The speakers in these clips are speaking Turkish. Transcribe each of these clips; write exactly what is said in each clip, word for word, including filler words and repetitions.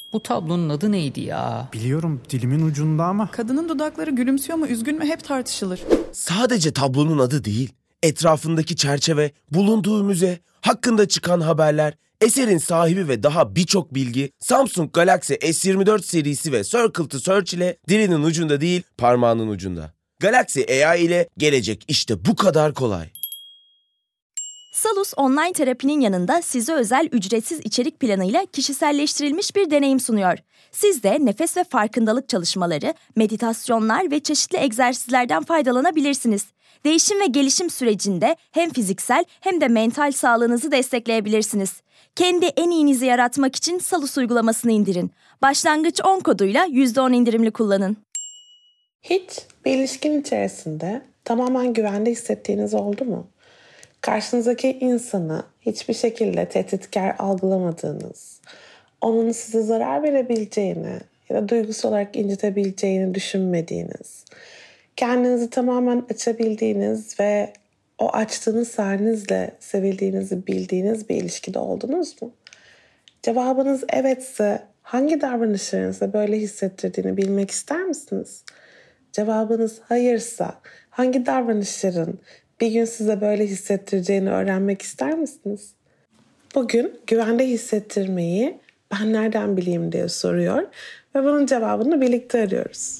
Bu tablonun adı neydi ya? Biliyorum, dilimin ucunda ama. Kadının dudakları gülümsüyor mu, üzgün mü hep tartışılır. Sadece tablonun adı değil, etrafındaki çerçeve, bulunduğu müze, hakkında çıkan haberler, eserin sahibi ve daha birçok bilgi Samsung Galaxy S yirmi dört serisi ve Circle to Search ile dilinin ucunda değil, parmağının ucunda. Galaxy A I ile gelecek işte bu kadar kolay. Salus online terapinin yanında size özel ücretsiz içerik planıyla kişiselleştirilmiş bir deneyim sunuyor. Siz de nefes ve farkındalık çalışmaları, meditasyonlar ve çeşitli egzersizlerden faydalanabilirsiniz. Değişim ve gelişim sürecinde hem fiziksel hem de mental sağlığınızı destekleyebilirsiniz. Kendi en iyinizi yaratmak için Salus uygulamasını indirin. Başlangıç on koduyla yüzde on indirimli kullanın. Hiç bir ilişkin içerisinde tamamen güvende hissettiğiniz oldu mu? Karşınızdaki insanı hiçbir şekilde tehditkar algılamadığınız, onun size zarar verebileceğini ya da duygusal olarak incitebileceğini düşünmediğiniz, kendinizi tamamen açabildiğiniz ve o açtığınız halinizle sevildiğinizi bildiğiniz bir ilişkide oldunuz mu? Cevabınız evetse hangi davranışlarınızda böyle hissettirdiğini bilmek ister misiniz? Cevabınız hayırsa hangi davranışların bir gün size böyle hissettireceğini öğrenmek ister misiniz? Bugün güvende hissettirmeyi ben nereden bileyim diye soruyor ve bunun cevabını birlikte arıyoruz.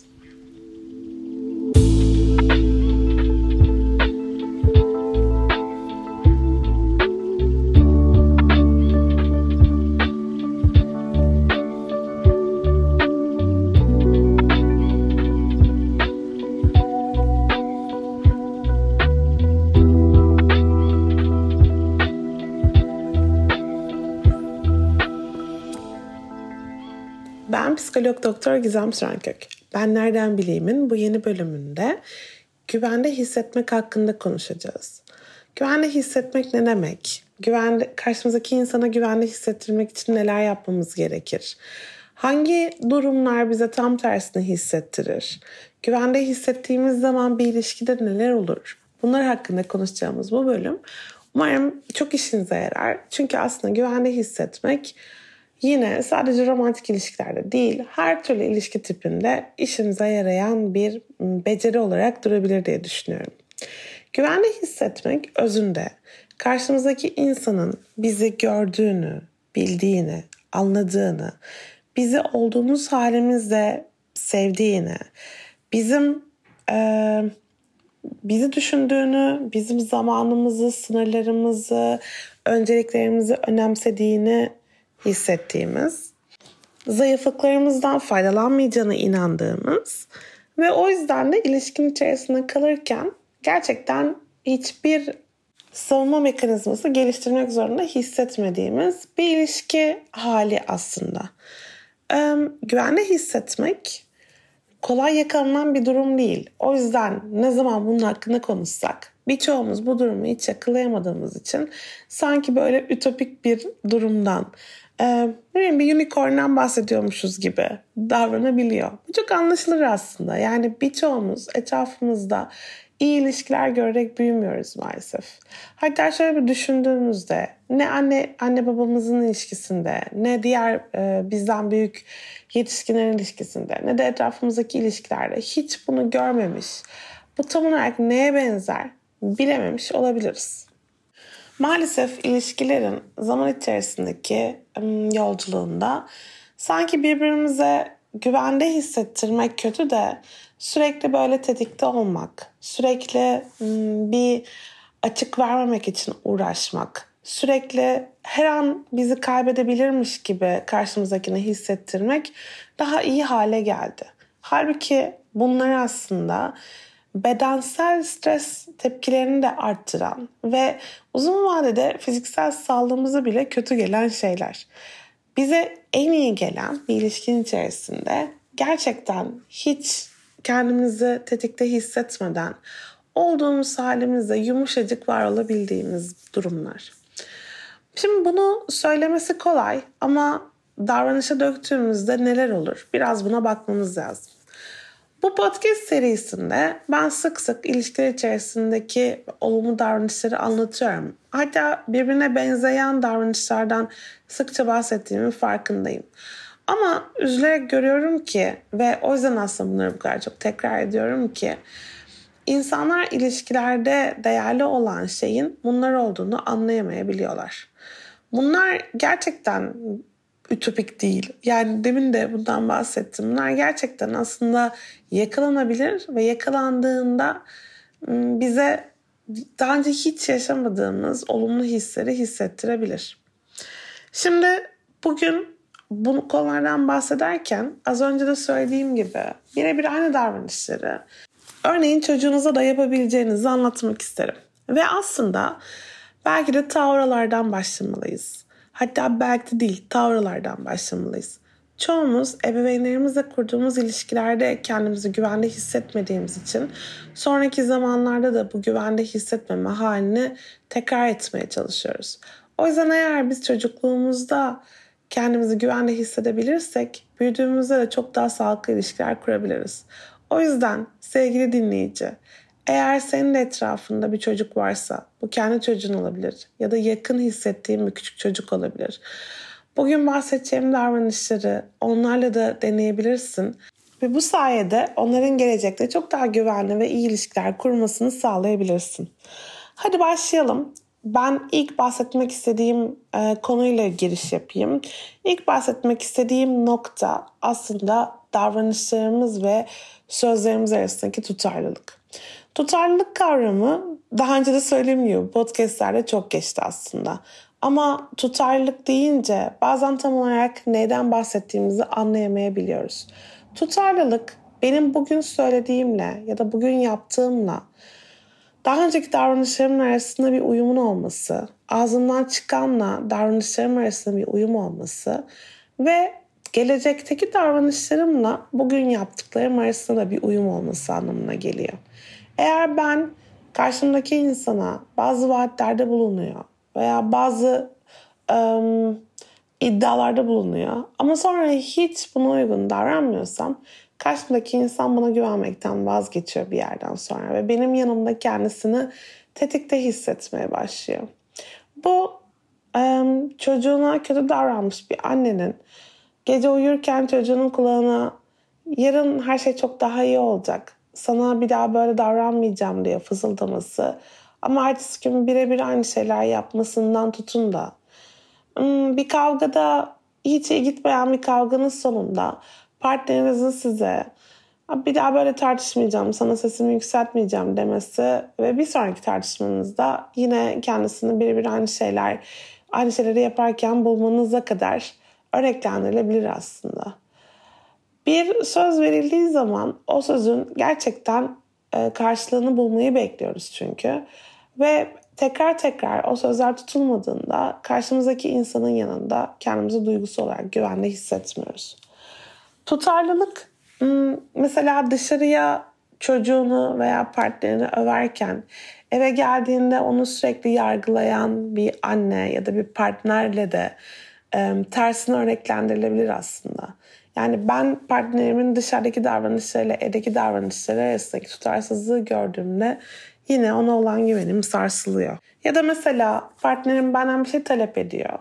Ben psikolog doktor Gizem Sürenkök. Ben nereden bileyim'in bu yeni bölümünde güvende hissetmek hakkında konuşacağız. Güvende hissetmek ne demek? Güvende, karşımızdaki insana güvende hissettirmek için neler yapmamız gerekir? Hangi durumlar bize tam tersini hissettirir? Güvende hissettiğimiz zaman bir ilişkide neler olur? Bunlar hakkında konuşacağımız bu bölüm umarım çok işinize yarar. Çünkü aslında güvende hissetmek yine sadece romantik ilişkilerde değil, her türlü ilişki tipinde işimize yarayan bir beceri olarak durabilir diye düşünüyorum. Güvende hissetmek özünde karşımızdaki insanın bizi gördüğünü, bildiğini, anladığını, bizi olduğumuz halimizde sevdiğini, bizim e, bizi düşündüğünü, bizim zamanımızı, sınırlarımızı, önceliklerimizi önemsediğini hissettiğimiz, zayıflıklarımızdan faydalanmayacağına inandığımız ve o yüzden de ilişkin içerisinde kalırken gerçekten hiçbir savunma mekanizması geliştirmek zorunda hissetmediğimiz bir ilişki hali aslında. Ee, güvende hissetmek kolay yakalanan bir durum değil. O yüzden ne zaman bunun hakkında konuşsak birçoğumuz bu durumu hiç yakalayamadığımız için sanki böyle ütopik bir durumdan, e, bir unicorn'dan bahsediyormuşuz gibi davranabiliyor. Bu çok anlaşılır aslında. Yani birçoğumuz etrafımızda iyi ilişkiler görerek büyümüyoruz maalesef. Hatta şöyle bir düşündüğümüzde ne anne anne babamızın ilişkisinde, ne diğer e, bizden büyük yetişkinlerin ilişkisinde, ne de etrafımızdaki ilişkilerde hiç bunu görmemiş, bu tam olarak neye benzer bilememiş olabiliriz. Maalesef ilişkilerin zaman içerisindeki yolculuğunda sanki birbirimize güvende hissettirmek kötü de sürekli böyle tetikte olmak, sürekli bir açık vermemek için uğraşmak, sürekli her an bizi kaybedebilirmiş gibi karşımızdakini hissettirmek daha iyi hale geldi. Halbuki bunlar aslında bedensel stres tepkilerini de arttıran ve uzun vadede fiziksel sağlığımıza bile kötü gelen şeyler. Bize en iyi gelen bir ilişkin içerisinde gerçekten hiç kendimizi tetikte hissetmeden olduğumuz halimizde yumuşacık var olabildiğimiz durumlar. Şimdi bunu söylemesi kolay ama davranışa döktüğümüzde neler olur? Biraz buna bakmamız lazım. Bu podcast serisinde ben sık sık ilişkiler içerisindeki olumlu davranışları anlatıyorum. Hatta birbirine benzeyen davranışlardan sıkça bahsettiğimin farkındayım. Ama üzülerek görüyorum ki ve o yüzden aslında bunları bu kadar çok tekrar ediyorum ki insanlar ilişkilerde değerli olan şeyin bunlar olduğunu anlayamayabiliyorlar. Bunlar gerçekten ütopik değil. Yani demin de bundan bahsettim. Bunlar gerçekten aslında yakalanabilir ve yakalandığında bize daha önce hiç yaşamadığımız olumlu hisleri hissettirebilir. Şimdi bugün bu konulardan bahsederken az önce de söylediğim gibi birebir aynı davranışları örneğin çocuğunuza da yapabileceğinizi anlatmak isterim. Ve aslında belki de ta oralardan başlamalıyız. Hatta belki de değil, ta oralardan başlamalıyız. Çoğumuz ebeveynlerimizle kurduğumuz ilişkilerde kendimizi güvende hissetmediğimiz için sonraki zamanlarda da bu güvende hissetmeme halini tekrar etmeye çalışıyoruz. O yüzden eğer biz çocukluğumuzda kendimizi güvende hissedebilirsek büyüdüğümüzde de çok daha sağlıklı ilişkiler kurabiliriz. O yüzden sevgili dinleyici, eğer senin de etrafında bir çocuk varsa, bu kendi çocuğun olabilir ya da yakın hissettiğin bir küçük çocuk olabilir. Bugün bahsedeceğim davranışları onlarla da deneyebilirsin. Ve bu sayede onların gelecekte çok daha güvenli ve iyi ilişkiler kurmasını sağlayabilirsin. Hadi başlayalım. Ben ilk bahsetmek istediğim e, konuyla giriş yapayım. İlk bahsetmek istediğim nokta aslında davranışlarımız ve sözlerimiz arasındaki tutarlılık. Tutarlılık kavramı daha önce de söylediğim gibi podcastlerde çok geçti aslında. Ama tutarlılık deyince bazen tam olarak neyden bahsettiğimizi anlayamayabiliyoruz. Tutarlılık benim bugün söylediğimle ya da bugün yaptığımla daha önceki davranışlarımın arasında bir uyumun olması, ağzımdan çıkanla davranışlarım arasında bir uyum olması ve gelecekteki davranışlarımla bugün yaptıklarım arasında da bir uyum olması anlamına geliyor. Eğer ben karşımdaki insana bazı vaatlerde bulunuyor veya bazı ım, iddialarda bulunuyor ama sonra hiç buna uygun davranmıyorsam karşımdaki insan bana güvenmekten vazgeçiyor bir yerden sonra ve benim yanımda kendisini tetikte hissetmeye başlıyor. Bu ım, çocuğuna kötü davranmış bir annenin gece uyurken çocuğunun kulağına yarın her şey çok daha iyi olacak, sana bir daha böyle davranmayacağım diye fısıldaması ama ertesi gün birebir aynı şeyler yapmasından tutun da bir kavgada hiç iyi gitmeyen bir kavganın sonunda partnerinizin size bir daha böyle tartışmayacağım, sana sesimi yükseltmeyeceğim demesi ve bir sonraki tartışmanızda yine kendisini birebir aynı şeyler, aynı şeyleri yaparken bulmanıza kadar örneklendirilebilir aslında. Bir söz verildiği zaman o sözün gerçekten karşılığını bulmayı bekliyoruz çünkü. Ve tekrar tekrar o sözler tutulmadığında karşımızdaki insanın yanında kendimizi duygusal olarak güvende hissetmiyoruz. Tutarlılık mesela dışarıya çocuğunu veya partnerini överken eve geldiğinde onu sürekli yargılayan bir anne ya da bir partnerle de e, tersine örneklendirilebilir aslında. Yani ben partnerimin dışarıdaki davranışlarıyla evdeki davranışları arasındaki tutarsızlığı gördüğümde yine ona olan güvenim sarsılıyor. Ya da mesela partnerim benden bir şey talep ediyor.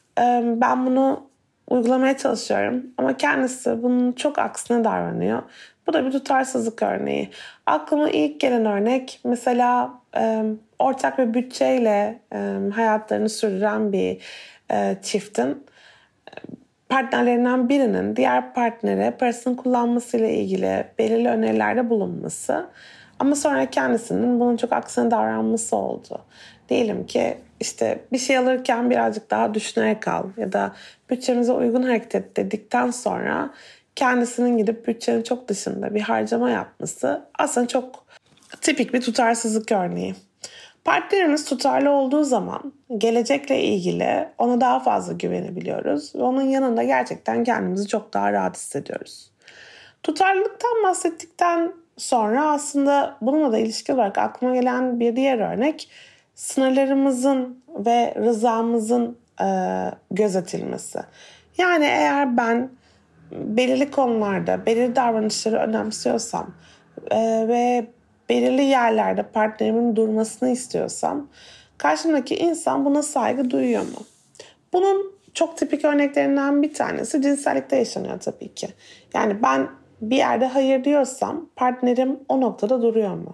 Ben bunu uygulamaya çalışıyorum ama kendisi bunun çok aksine davranıyor. Bu da bir tutarsızlık örneği. Aklıma ilk gelen örnek mesela ortak bir bütçeyle hayatlarını sürdüren bir çiftin partnerlerinden birinin diğer partnere parasını kullanmasıyla ilgili belirli önerilerde bulunması ama sonra kendisinin bunun çok aksine davranması oldu. Diyelim ki işte bir şey alırken birazcık daha düşünerek al ya da bütçemize uygun hareket et dedikten sonra kendisinin gidip bütçenin çok dışında bir harcama yapması aslında çok tipik bir tutarsızlık örneği. Partnerimiz tutarlı olduğu zaman gelecekle ilgili ona daha fazla güvenebiliyoruz ve onun yanında gerçekten kendimizi çok daha rahat hissediyoruz. Tutarlılıktan bahsettikten sonra aslında bununla da ilişkili olarak aklıma gelen bir diğer örnek sınırlarımızın ve rızamızın e, gözetilmesi. Yani eğer ben belirli konularda belirli davranışları önemsiyorsam e, ve belirli yerlerde partnerimin durmasını istiyorsam karşımdaki insan buna saygı duyuyor mu? Bunun çok tipik örneklerinden bir tanesi cinsellikte yaşanıyor tabii ki. Yani ben bir yerde hayır diyorsam partnerim o noktada duruyor mu?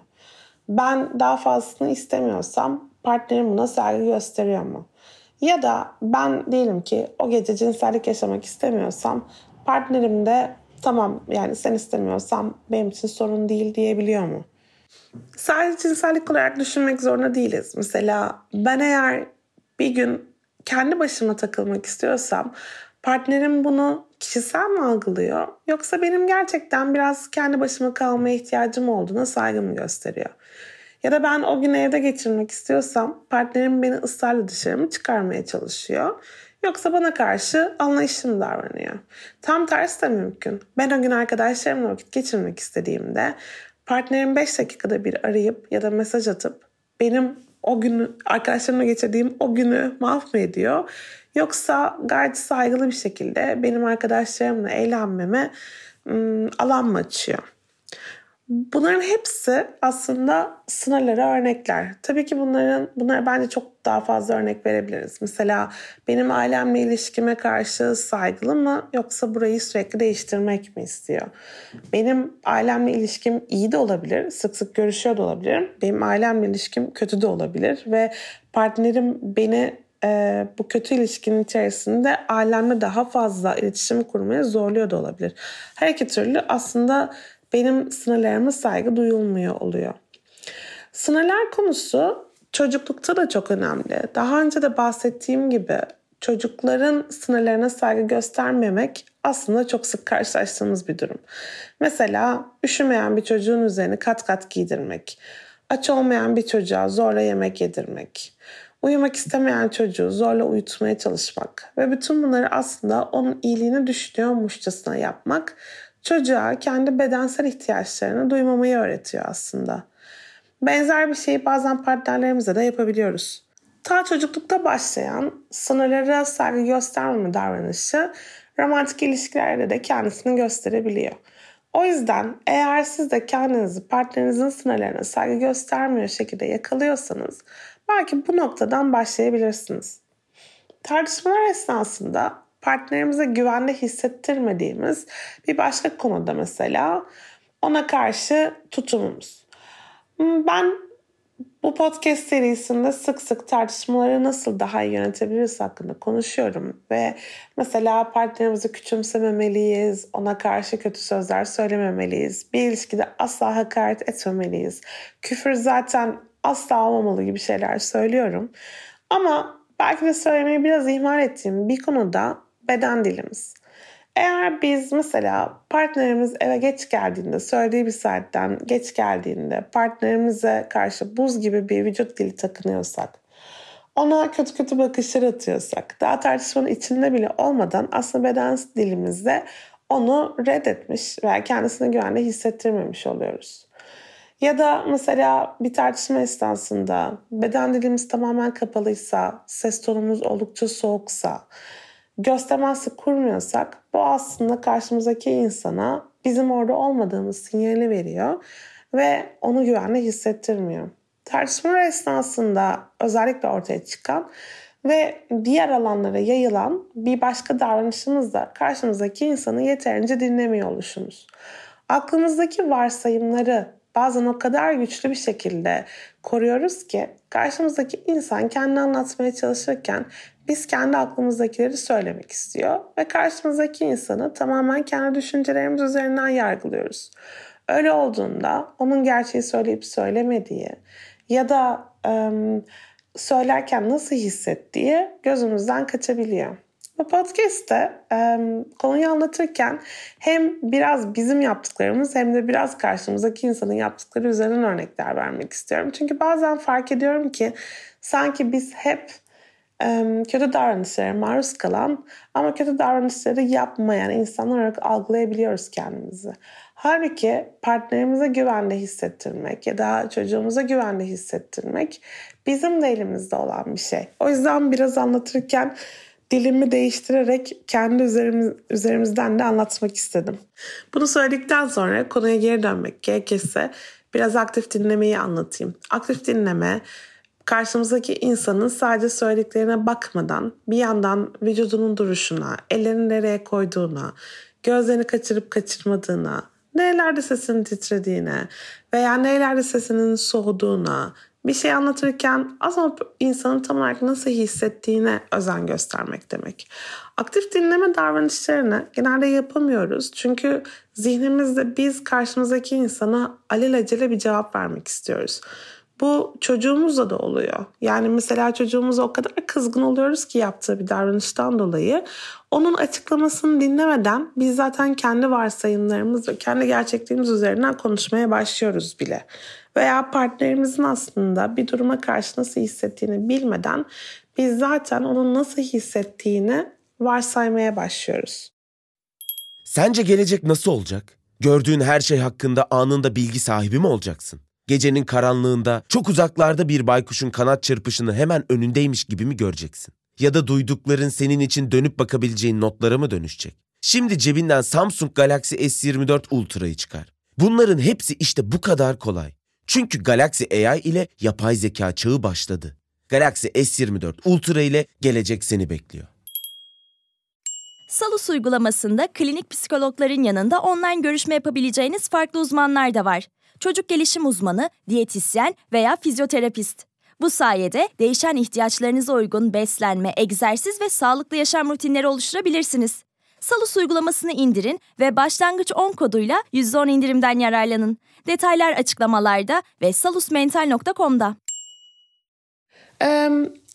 Ben daha fazlasını istemiyorsam partnerim buna saygı gösteriyor mu? Ya da ben diyelim ki o gece cinsellik yaşamak istemiyorsam partnerim de tamam yani sen istemiyorsan benim için sorun değil diyebiliyor mu? Sadece cinsellik olarak düşünmek zorunda değiliz. Mesela ben eğer bir gün kendi başıma takılmak istiyorsam partnerim bunu kişisel mi algılıyor? Yoksa benim gerçekten biraz kendi başıma kalmaya ihtiyacım olduğuna saygı mı gösteriyor? Ya da ben o gün evde geçirmek istiyorsam partnerim beni ısrarla dışarı mı çıkarmaya çalışıyor? Yoksa bana karşı anlayışlı mı davranıyor? Tam tersi de mümkün. Ben o gün arkadaşlarımla vakit geçirmek istediğimde partnerim beş dakikada bir arayıp ya da mesaj atıp benim o günü arkadaşlarımla geçirdiğim o günü mahvediyor. Yoksa gayet saygılı bir şekilde benim arkadaşlarımla eğlenmeme ım, alan mı açıyor? Bunların hepsi aslında sınırlara örnekler. Tabii ki bunların bunlara bence çok daha fazla örnek verebiliriz. Mesela benim ailemle ilişkime karşı saygılı mı yoksa burayı sürekli değiştirmek mi istiyor? Benim ailemle ilişkim iyi de olabilir, sık sık görüşüyor da olabilirim. Benim ailemle ilişkim kötü de olabilir ve partnerim beni e, bu kötü ilişkinin içerisinde ailemle daha fazla iletişim kurmaya zorluyor da olabilir. Her iki türlü aslında benim sınırlarıma saygı duyulmuyor oluyor. Sınırlar konusu çocuklukta da çok önemli. Daha önce de bahsettiğim gibi çocukların sınırlarına saygı göstermemek aslında çok sık karşılaştığımız bir durum. Mesela üşümeyen bir çocuğun üzerine kat kat giydirmek, aç olmayan bir çocuğa zorla yemek yedirmek, uyumak istemeyen çocuğu zorla uyutmaya çalışmak ve bütün bunları aslında onun iyiliğini düşünüyormuşçasına yapmak çocuğa kendi bedensel ihtiyaçlarını duymamayı öğretiyor aslında. Benzer bir şeyi bazen partnerlerimize de yapabiliyoruz. Ta çocuklukta başlayan sınırlara saygı göstermeme davranışı romantik ilişkilerde de kendisini gösterebiliyor. O yüzden eğer siz de kendinizi partnerinizin sınırlarına saygı göstermiyor şekilde yakalıyorsanız belki bu noktadan başlayabilirsiniz. Tartışmalar esnasında partnerimize güvende hissettirmediğimiz bir başka konuda mesela ona karşı tutumumuz. Ben bu podcast serisinde sık sık tartışmaları nasıl daha iyi yönetebiliriz hakkında konuşuyorum ve mesela partnerimizi küçümsememeliyiz, ona karşı kötü sözler söylememeliyiz, bir ilişkide asla hakaret etmemeliyiz, küfür zaten asla olmamalı gibi şeyler söylüyorum. Ama belki de söylemeyi biraz ihmal ettiğim bir konuda beden dilimiz. Eğer biz mesela partnerimiz eve geç geldiğinde, söylediği bir saatten geç geldiğinde partnerimize karşı buz gibi bir vücut dili takınıyorsak, ona kötü kötü bakışlar atıyorsak, daha tartışmanın içinde bile olmadan aslında beden dilimizde onu reddetmiş veya kendisine güvende hissettirmemiş oluyoruz. Ya da mesela bir tartışma esnasında beden dilimiz tamamen kapalıysa, ses tonumuz oldukça soğuksa, göz teması kurmuyorsak bu aslında karşımızdaki insana bizim orada olmadığımız sinyali veriyor ve onu güvenli hissettirmiyor. Tartışmalar esnasında özellikle ortaya çıkan ve diğer alanlara yayılan bir başka davranışımız da karşımızdaki insanı yeterince dinlemiyor oluşumuz. Aklımızdaki varsayımları bazen o kadar güçlü bir şekilde koruyoruz ki karşımızdaki insan kendini anlatmaya çalışırken biz kendi aklımızdakileri söylemek istiyor ve karşımızdaki insanı tamamen kendi düşüncelerimiz üzerinden yargılıyoruz. Öyle olduğunda onun gerçeği söyleyip söylemediği ya da ım, söylerken nasıl hissettiği gözümüzden kaçabiliyor. Bu podcast'te e, konuyu anlatırken hem biraz bizim yaptıklarımız hem de biraz karşımızdaki insanın yaptıkları üzerinden örnekler vermek istiyorum. Çünkü bazen fark ediyorum ki sanki biz hep e, kötü davranışlara maruz kalan ama kötü davranışları yapmayan insanlar olarak algılayabiliyoruz kendimizi. Halbuki partnerimize güvende hissettirmek ya da çocuğumuza güvende hissettirmek bizim de elimizde olan bir şey. O yüzden biraz anlatırken dilimi değiştirerek kendi üzerimiz, üzerimizden de anlatmak istedim. Bunu söyledikten sonra konuya geri dönmek gerekirse biraz aktif dinlemeyi anlatayım. Aktif dinleme karşımızdaki insanın sadece söylediklerine bakmadan bir yandan vücudunun duruşuna, ellerini nereye koyduğuna, gözlerini kaçırıp kaçırmadığına, nerelerde sesinin titrediğine veya nerelerde sesinin soğuduğuna, bir şey anlatırken aslında insanın tam olarak nasıl hissettiğine özen göstermek demek. Aktif dinleme davranışlarını genelde yapamıyoruz. Çünkü zihnimizde biz karşımızdaki insana alelacele bir cevap vermek istiyoruz. Bu çocuğumuzla da oluyor. Yani mesela çocuğumuza o kadar kızgın oluyoruz ki yaptığı bir davranıştan dolayı onun açıklamasını dinlemeden biz zaten kendi varsayımlarımız ve kendi gerçekliğimiz üzerinden konuşmaya başlıyoruz bile. Veya partnerimizin aslında bir duruma karşı nasıl hissettiğini bilmeden biz zaten onun nasıl hissettiğini varsaymaya başlıyoruz. Sence gelecek nasıl olacak? Gördüğün her şey hakkında anında bilgi sahibi mi olacaksın? Gecenin karanlığında çok uzaklarda bir baykuşun kanat çırpışını hemen önündeymiş gibi mi göreceksin? Ya da duydukların senin için dönüp bakabileceğin notlara mı dönüşecek? Şimdi cebinden Samsung Galaxy S yirmi dört Ultra'yı çıkar. Bunların hepsi işte bu kadar kolay. Çünkü Galaxy A I ile yapay zeka çağı başladı. Galaxy S yirmi dört Ultra ile gelecek seni bekliyor. Salus uygulamasında klinik psikologların yanında online görüşme yapabileceğiniz farklı uzmanlar da var. Çocuk gelişim uzmanı, diyetisyen veya fizyoterapist. Bu sayede değişen ihtiyaçlarınıza uygun beslenme, egzersiz ve sağlıklı yaşam rutinleri oluşturabilirsiniz. Salus uygulamasını indirin ve başlangıç on koduyla yüzde on indirimden yararlanın. Detaylar açıklamalarda ve salusmental nokta com'da. Ee,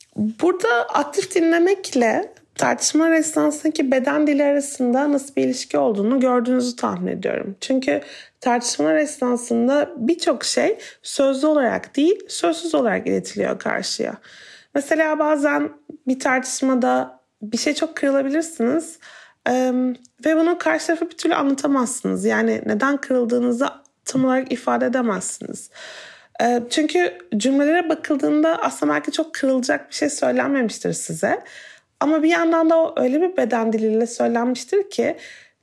burada aktif dinlemekle tartışma esnasındaki beden dili arasında nasıl bir ilişki olduğunu gördüğünüzü tahmin ediyorum. Çünkü tartışmalar esnasında birçok şey sözlü olarak değil, sözsüz olarak iletiliyor karşıya. Mesela bazen bir tartışmada bir şey çok kırılabilirsiniz ee, ve bunu karşı tarafa bir türlü anlatamazsınız. Yani neden kırıldığınızı tam olarak ifade edemezsiniz. Ee, çünkü cümlelere bakıldığında aslında belki çok kırılacak bir şey söylenmemiştir size. Ama bir yandan da o öyle bir beden diliyle söylenmiştir ki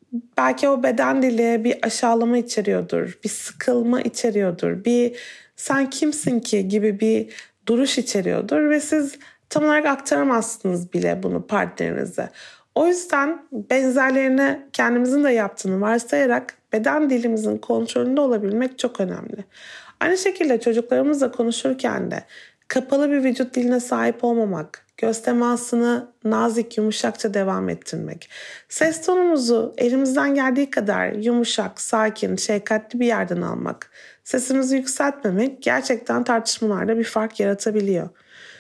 belki o beden dili bir aşağılama içeriyordur, bir sıkılma içeriyordur, bir sen kimsin ki gibi bir duruş içeriyordur ve siz tam olarak aktaramazsınız bile bunu partnerinize. O yüzden benzerlerini kendimizin de yaptığını varsayarak beden dilimizin kontrolünde olabilmek çok önemli. Aynı şekilde çocuklarımızla konuşurken de kapalı bir vücut diline sahip olmamak, göz temasını nazik, yumuşakça devam ettirmek, ses tonumuzu elimizden geldiği kadar yumuşak, sakin, şefkatli bir yerden almak, sesimizi yükseltmemek gerçekten tartışmalarda bir fark yaratabiliyor.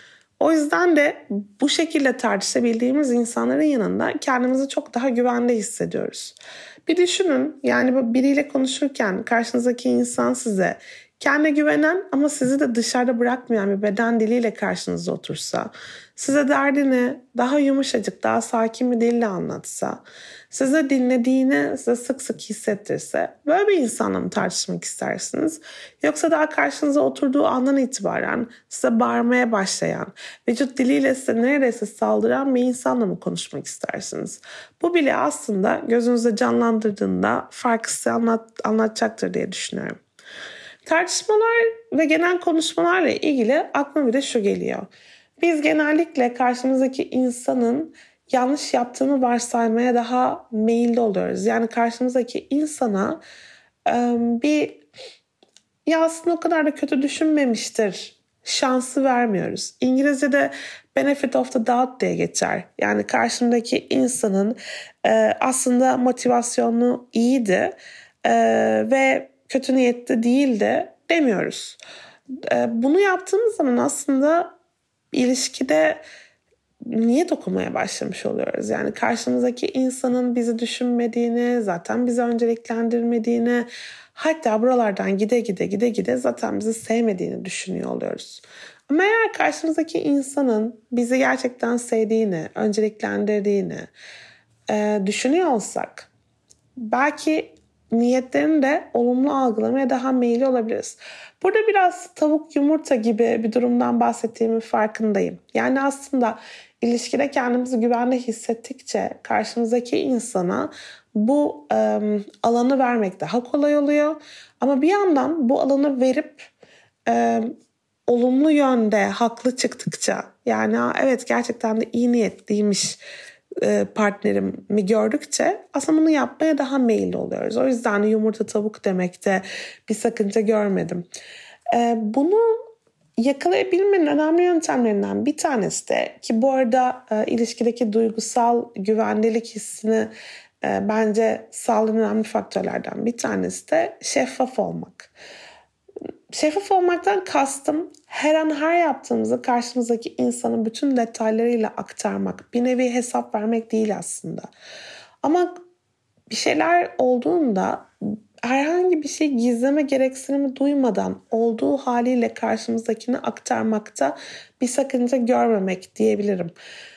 O yüzden de bu şekilde tartışabildiğimiz insanların yanında kendimizi çok daha güvende hissediyoruz. Bir düşünün, yani biriyle konuşurken karşınızdaki insan size kendine güvenen ama sizi de dışarıda bırakmayan bir beden diliyle karşınıza otursa, size derdini daha yumuşacık, daha sakin bir dille anlatsa, size dinlediğini size sık sık hissettirse, böyle bir insanla mı tartışmak istersiniz? Yoksa daha karşınıza oturduğu andan itibaren size bağırmaya başlayan, vücut diliyle size neredeyse saldıran bir insanla mı konuşmak istersiniz? Bu bile aslında gözünüzde canlandırdığında farkı size anlat, anlatacaktır diye düşünüyorum. Tartışmalar ve genel konuşmalarla ilgili aklıma bir de şu geliyor. Biz genellikle karşımızdaki insanın yanlış yaptığını varsaymaya daha meyilli oluyoruz. Yani karşımızdaki insana bir ya aslında o kadar da kötü düşünmemiştir şansı vermiyoruz. İngilizce'de benefit of the doubt diye geçer. Yani karşımdaki insanın aslında motivasyonu iyiydi ve kötü niyetli değildi demiyoruz. Bunu yaptığımız zaman aslında ilişkide niyet okumaya başlamış oluyoruz. Yani karşımızdaki insanın bizi düşünmediğini, zaten bizi önceliklendirmediğini, hatta buralardan gide gide gide gide zaten bizi sevmediğini düşünüyor oluyoruz. Ama eğer karşımızdaki insanın bizi gerçekten sevdiğini, önceliklendirdiğini e, düşünüyor olsak, belki niyetlerini de olumlu algılamaya daha meyilli olabiliriz. Burada biraz tavuk yumurta gibi bir durumdan bahsettiğimin farkındayım. Yani aslında ilişkide kendimizi güvende hissettikçe karşımızdaki insana bu e, alanı vermek daha kolay oluyor. Ama bir yandan bu alanı verip e, olumlu yönde haklı çıktıkça, yani evet gerçekten de iyi niyetliymiş partnerimi gördükçe aslında bunu yapmaya daha meyilli oluyoruz. O yüzden yumurta tavuk demekte bir sakınca görmedim. Bunu yakalayabilmenin önemli yöntemlerinden bir tanesi de, ki bu arada ilişkideki duygusal güvendelik hissini bence sağlayan önemli faktörlerden bir tanesi de şeffaf olmak. Şeffaf olmaktan kastım her an her yaptığımızı karşımızdaki insanın bütün detaylarıyla aktarmak. Bir nevi hesap vermek değil aslında. Ama bir şeyler olduğunda herhangi bir şey gizleme gereksinimi duymadan olduğu haliyle karşımızdakini aktarmakta bir sakınca görmemek diyebilirim.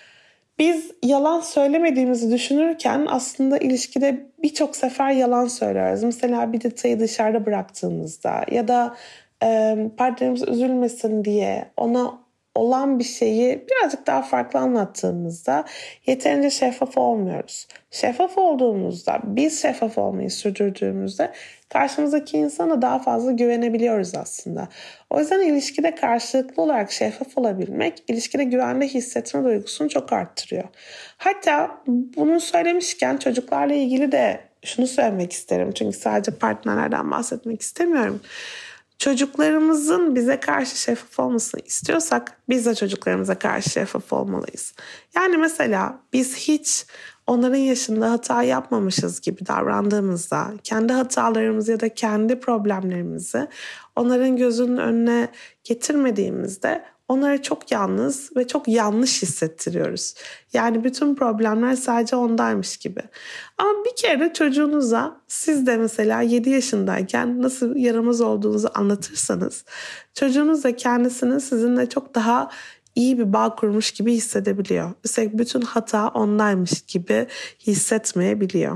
Biz yalan söylemediğimizi düşünürken aslında ilişkide birçok sefer yalan söylüyoruz. Mesela bir detayı dışarıda bıraktığımızda ya da e, partnerimiz üzülmesin diye ona olan bir şeyi birazcık daha farklı anlattığımızda yeterince şeffaf olmuyoruz. Şeffaf olduğumuzda, biz şeffaf olmayı sürdürdüğümüzde karşımızdaki insana daha fazla güvenebiliyoruz aslında. O yüzden ilişkide karşılıklı olarak şeffaf olabilmek, ilişkide güvende hissetme duygusunu çok arttırıyor. Hatta bunu söylemişken çocuklarla ilgili de şunu söylemek isterim. Çünkü sadece partnerlerden bahsetmek istemiyorum. Çocuklarımızın bize karşı şeffaf olmasını istiyorsak biz de çocuklarımıza karşı şeffaf olmalıyız. Yani mesela biz hiç onların yaşında hata yapmamışız gibi davrandığımızda, kendi hatalarımızı ya da kendi problemlerimizi onların gözünün önüne getirmediğimizde onları çok yalnız ve çok yanlış hissettiriyoruz. Yani bütün problemler sadece ondaymış gibi. Ama bir kere de çocuğunuza siz de mesela yedi yaşındayken nasıl yaramaz olduğunuzu anlatırsanız çocuğunuz da kendisini sizinle çok daha iyi bir bağ kurmuş gibi hissedebiliyor. Üstelik bütün hata ondaymış gibi hissetmeyebiliyor.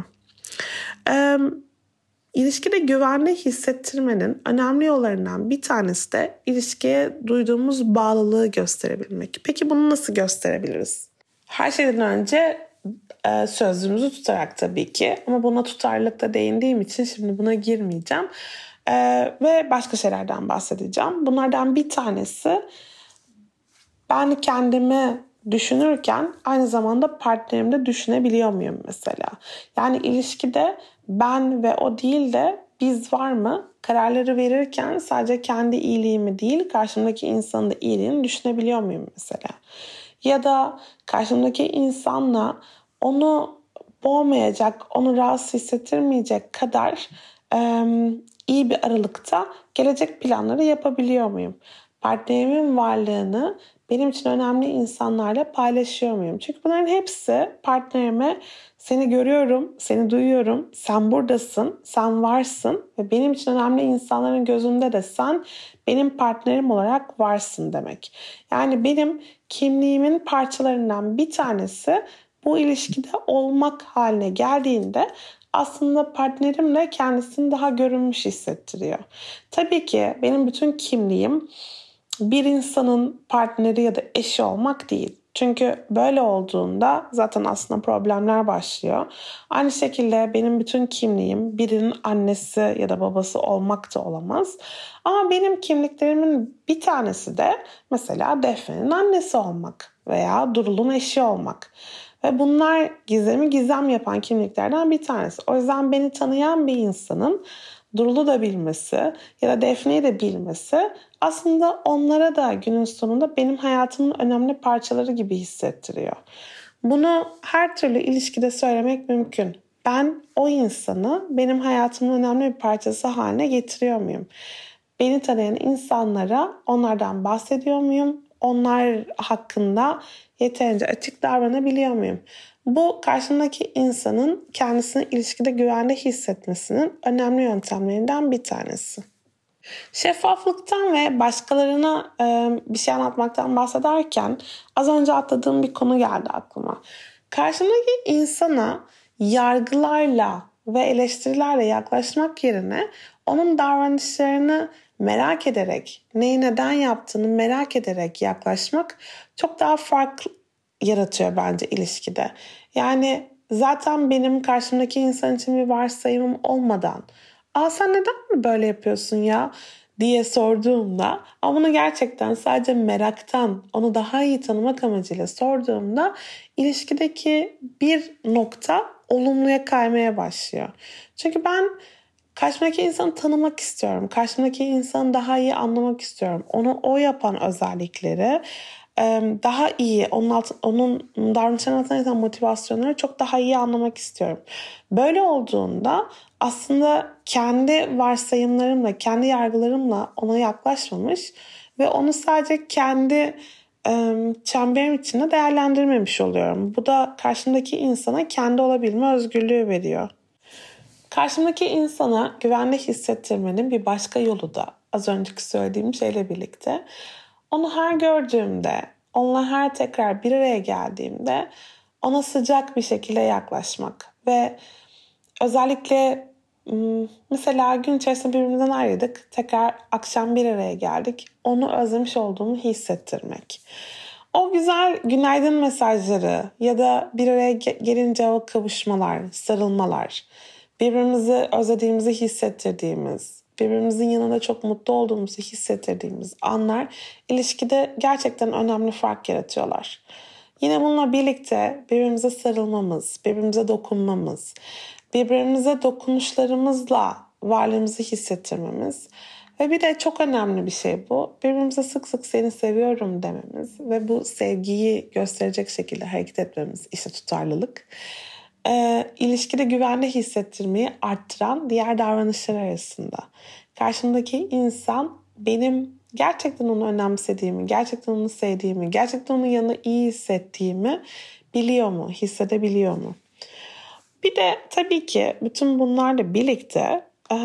Ee, İlişkide güvenli hissettirmenin önemli yollarından bir tanesi de ilişkiye duyduğumuz bağlılığı gösterebilmek. Peki bunu nasıl gösterebiliriz? Her şeyden önce e, sözümüzü tutarak tabii ki, ama buna tutarlılıkta değindiğim için şimdi buna girmeyeceğim. E, ve başka şeylerden bahsedeceğim. Bunlardan bir tanesi, ben kendimi düşünürken aynı zamanda partnerimi de düşünebiliyor muyum mesela? Yani ilişkide ben ve o değil de biz var mı? Kararları verirken sadece kendi iyiliğimi değil, karşımdaki insanın da iyiliğini düşünebiliyor muyum mesela? Ya da karşımdaki insanla onu boğmayacak, onu rahatsız hissettirmeyecek kadar e, iyi bir aralıkta gelecek planları yapabiliyor muyum? Partnerimin varlığını benim için önemli insanlarla paylaşıyor muyum? Çünkü bunların hepsi partnerime seni görüyorum, seni duyuyorum, sen buradasın, sen varsın ve benim için önemli insanların gözünde de sen benim partnerim olarak varsın demek. Yani benim kimliğimin parçalarından bir tanesi bu ilişkide olmak haline geldiğinde aslında partnerimle kendisini daha görünmüş hissettiriyor. Tabii ki benim bütün kimliğim bir insanın partneri ya da eşi olmak değil. Çünkü böyle olduğunda zaten aslında problemler başlıyor. Aynı şekilde benim bütün kimliğim birinin annesi ya da babası olmak da olamaz. Ama benim kimliklerimin bir tanesi de mesela Defne'nin annesi olmak veya Durul'un eşi olmak. Ve bunlar Gizem'i Gizem yapan kimliklerden bir tanesi. O yüzden beni tanıyan bir insanın Durul'u da bilmesi ya da Defne'yi de bilmesi aslında onlara da günün sonunda benim hayatımın önemli parçaları gibi hissettiriyor. Bunu her türlü ilişkide söylemek mümkün. Ben o insanı benim hayatımın önemli bir parçası haline getiriyor muyum? Beni tanıyan insanlara onlardan bahsediyor muyum? Onlar hakkında yeterince açık davranabiliyor muyum? Bu karşımdaki insanın kendisini ilişkide güvende hissetmesinin önemli yöntemlerinden bir tanesi. Şeffaflıktan ve başkalarına e, bir şey anlatmaktan bahsederken az önce atladığım bir konu geldi aklıma. Karşımdaki insana yargılarla ve eleştirilerle yaklaşmak yerine onun davranışlarını merak ederek, neyi neden yaptığını merak ederek yaklaşmak çok daha fark yaratıyor bence ilişkide. Yani zaten benim karşımdaki insan için bir varsayımım olmadan, "Aa sen neden mi böyle yapıyorsun ya? diye sorduğumda, ama bunu gerçekten sadece meraktan, onu daha iyi tanımak amacıyla sorduğumda ilişkideki bir nokta olumluya kaymaya başlıyor. Çünkü ben karşımdaki insanı tanımak istiyorum. Karşımdaki insanı daha iyi anlamak istiyorum. Onu o yapan özellikleri daha iyi, onun, alt, onun davranışlarına altına yatan motivasyonları çok daha iyi anlamak istiyorum. Böyle olduğunda aslında kendi varsayımlarımla, kendi yargılarımla ona yaklaşmamış ve onu sadece kendi çemberim içinde değerlendirmemiş oluyorum. Bu da karşımdaki insana kendi olabilme özgürlüğü veriyor. Karşımdaki insana güvende hissettirmenin bir başka yolu da az önceki söylediğim şeyle birlikte onu her gördüğümde, onunla her tekrar bir araya geldiğimde ona sıcak bir şekilde yaklaşmak ve özellikle mesela gün içerisinde birbirimizden ayrıldık, tekrar akşam bir araya geldik, onu özlemiş olduğumu hissettirmek. O güzel günaydın mesajları ya da bir araya gelince o kavuşmalar, sarılmalar, birbirimizi özlediğimizi hissettirdiğimiz, birbirimizin yanında çok mutlu olduğumuzu hissettirdiğimiz anlar ilişkide gerçekten önemli fark yaratıyorlar. Yine bununla birlikte birbirimize sarılmamız, birbirimize dokunmamız, birbirimize dokunuşlarımızla varlığımızı hissettirmemiz ve bir de çok önemli bir şey bu. Birbirimize sık sık seni seviyorum dememiz ve bu sevgiyi gösterecek şekilde hareket etmemiz, işte tutarlılık. E, ilişkide güvende hissettirmeyi arttıran diğer davranışlar arasında. Karşımdaki insan benim gerçekten onu önemsediğimi, gerçekten onu sevdiğimi, gerçekten onun yanında iyi hissettiğimi biliyor mu, hissedebiliyor mu? Bir de tabii ki bütün bunlarla birlikte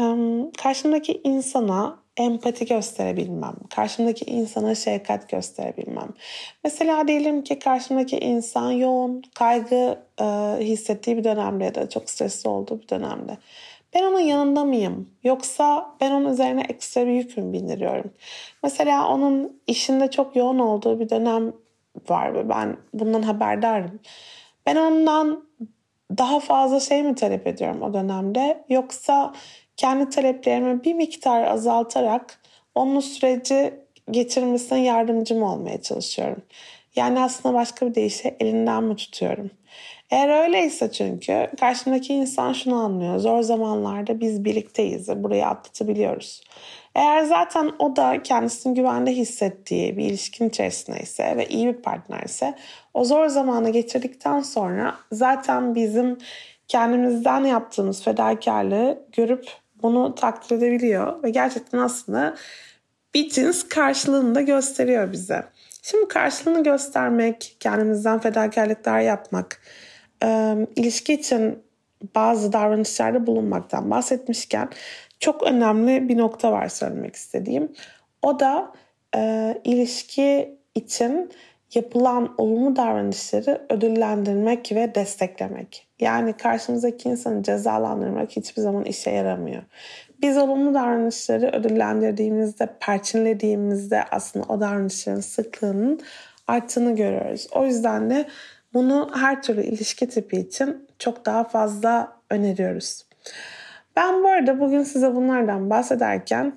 karşımdaki insana empati gösterebilmem, karşımdaki insana şefkat gösterebilmem. Mesela diyelim ki karşımdaki insan yoğun kaygı e, hissettiği bir dönemde ya da çok stresli olduğu bir dönemde. Ben onun yanında mıyım? Yoksa ben onun üzerine ekstra bir yük mü bindiriyorum? Mesela onun işinde çok yoğun olduğu bir dönem var ve ben bundan haberdarım. Ben ondan daha fazla şey mi talep ediyorum o dönemde? Yoksa kendi taleplerimi bir miktar azaltarak onun süreci geçirmesine yardımcı mı olmaya çalışıyorum? Yani aslında başka bir deyişle elinden mi tutuyorum? Eğer öyleyse çünkü karşımdaki insan şunu anlıyor. Zor zamanlarda biz birlikteyiz ve burayı atlatabiliyoruz. Eğer zaten o da kendisini güvende hissettiği bir ilişkin içerisindeyse ve iyi bir partnerse o zor zamanı geçirdikten sonra zaten bizim kendimizden yaptığımız fedakarlığı görüp bunu takdir edebiliyor ve gerçekten aslında bir cins karşılığını da gösteriyor bize. Şimdi karşılığını göstermek, kendimizden fedakarlıklar yapmak, e, ilişki için bazı davranışlarda bulunmaktan bahsetmişken çok önemli bir nokta var söylemek istediğim. O da e, ilişki için yapılan olumlu davranışları ödüllendirmek ve desteklemek. Yani karşımızdaki insanı cezalandırmak hiçbir zaman işe yaramıyor. Biz olumlu davranışları ödüllendirdiğimizde, perçinlediğimizde aslında o davranışların sıklığının arttığını görüyoruz. O yüzden de bunu her türlü ilişki tipi için çok daha fazla öneriyoruz. Ben bu arada bugün size bunlardan bahsederken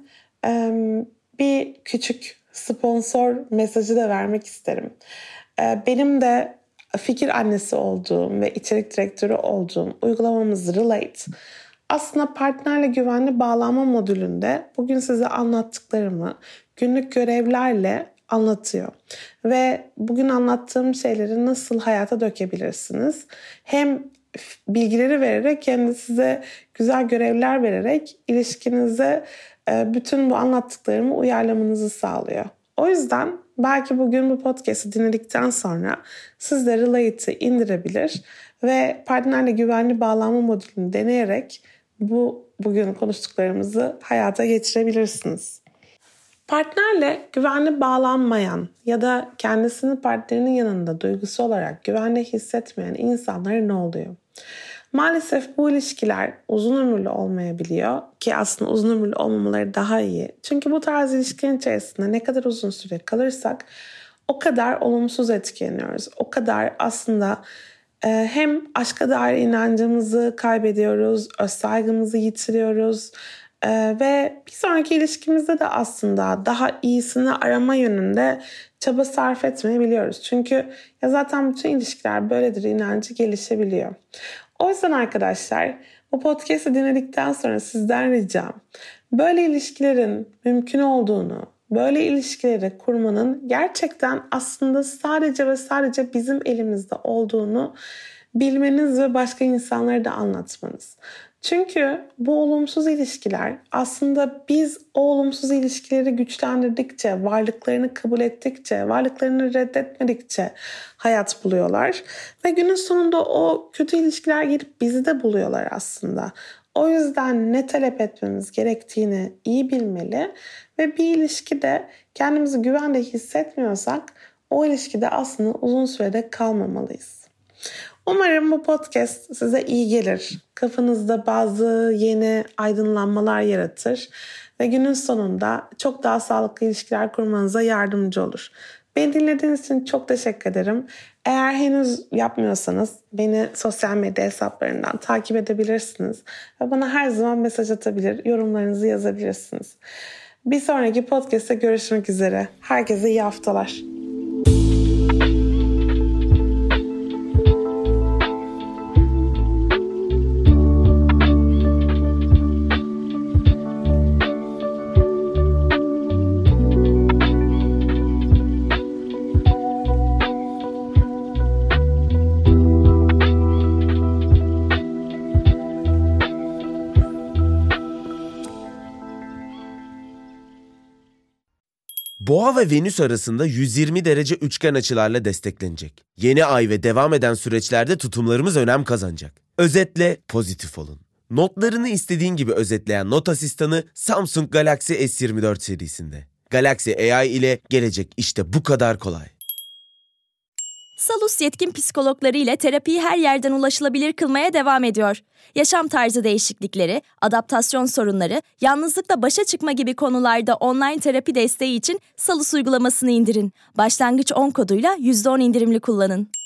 bir küçük sponsor mesajı da vermek isterim. Benim de fikir annesi olduğum ve içerik direktörü olduğum uygulamamız Relate aslında partnerle güvenli bağlanma modülünde bugün size anlattıklarımı günlük görevlerle anlatıyor. Ve bugün anlattığım şeyleri nasıl hayata dökebilirsiniz? Hem bilgileri vererek hem de size güzel görevler vererek ilişkinize bütün bu anlattıklarımı uyarlamanızı sağlıyor. O yüzden belki bugün bu podcast'ı dinledikten sonra siz de Relate'i indirebilir ve partnerle güvenli bağlanma modülünü deneyerek bu bugün konuştuklarımızı hayata geçirebilirsiniz. Partnerle güvenli bağlanmayan ya da kendisini partnerinin yanında duygusu olarak güvenli hissetmeyen insanlara ne oluyor? Maalesef bu ilişkiler uzun ömürlü olmayabiliyor ki aslında uzun ömürlü olmamaları daha iyi. Çünkü bu tarz ilişkilerin içerisinde ne kadar uzun süre kalırsak o kadar olumsuz etkileniyoruz. O kadar aslında e, hem aşka dair inancımızı kaybediyoruz, özsaygımızı yitiriyoruz, Ee, ve bir sonraki ilişkimizde de aslında daha iyisini arama yönünde çaba sarf etmeyi biliyoruz. Çünkü ya zaten bütün ilişkiler böyledir inancı gelişebiliyor. O yüzden arkadaşlar bu podcast'ı dinledikten sonra sizden ricam böyle ilişkilerin mümkün olduğunu, böyle ilişkileri kurmanın gerçekten aslında sadece ve sadece bizim elimizde olduğunu bilmeniz ve başka insanlara da anlatmanız. Çünkü bu olumsuz ilişkiler aslında biz o olumsuz ilişkileri güçlendirdikçe, varlıklarını kabul ettikçe, varlıklarını reddetmedikçe hayat buluyorlar. Ve günün sonunda o kötü ilişkiler gelip bizi de buluyorlar aslında. O yüzden ne talep etmemiz gerektiğini iyi bilmeli ve bir ilişkide kendimizi güvende hissetmiyorsak o ilişkide aslında uzun sürede kalmamalıyız. Umarım bu podcast size iyi gelir. Kafanızda bazı yeni aydınlanmalar yaratır ve günün sonunda çok daha sağlıklı ilişkiler kurmanıza yardımcı olur. Beni dinlediğiniz için çok teşekkür ederim. Eğer henüz yapmıyorsanız beni sosyal medya hesaplarından takip edebilirsiniz. Ve bana her zaman mesaj atabilir, yorumlarınızı yazabilirsiniz. Bir sonraki podcast'te görüşmek üzere. Herkese iyi haftalar. Boğa ve Venüs arasında yüz yirmi derece üçgen açılarla desteklenecek. Yeni ay ve devam eden süreçlerde tutumlarımız önem kazanacak. Özetle pozitif olun. Notlarını istediğin gibi özetleyen not asistanı Samsung Galaxy S yirmi dört serisinde. Galaxy A I ile gelecek işte bu kadar kolay. Salus yetkin psikologları ile terapiyi her yerden ulaşılabilir kılmaya devam ediyor. Yaşam tarzı değişiklikleri, adaptasyon sorunları, yalnızlıkla başa çıkma gibi konularda online terapi desteği için Salus uygulamasını indirin. Başlangıç on koduyla yüzde on indirimli kullanın.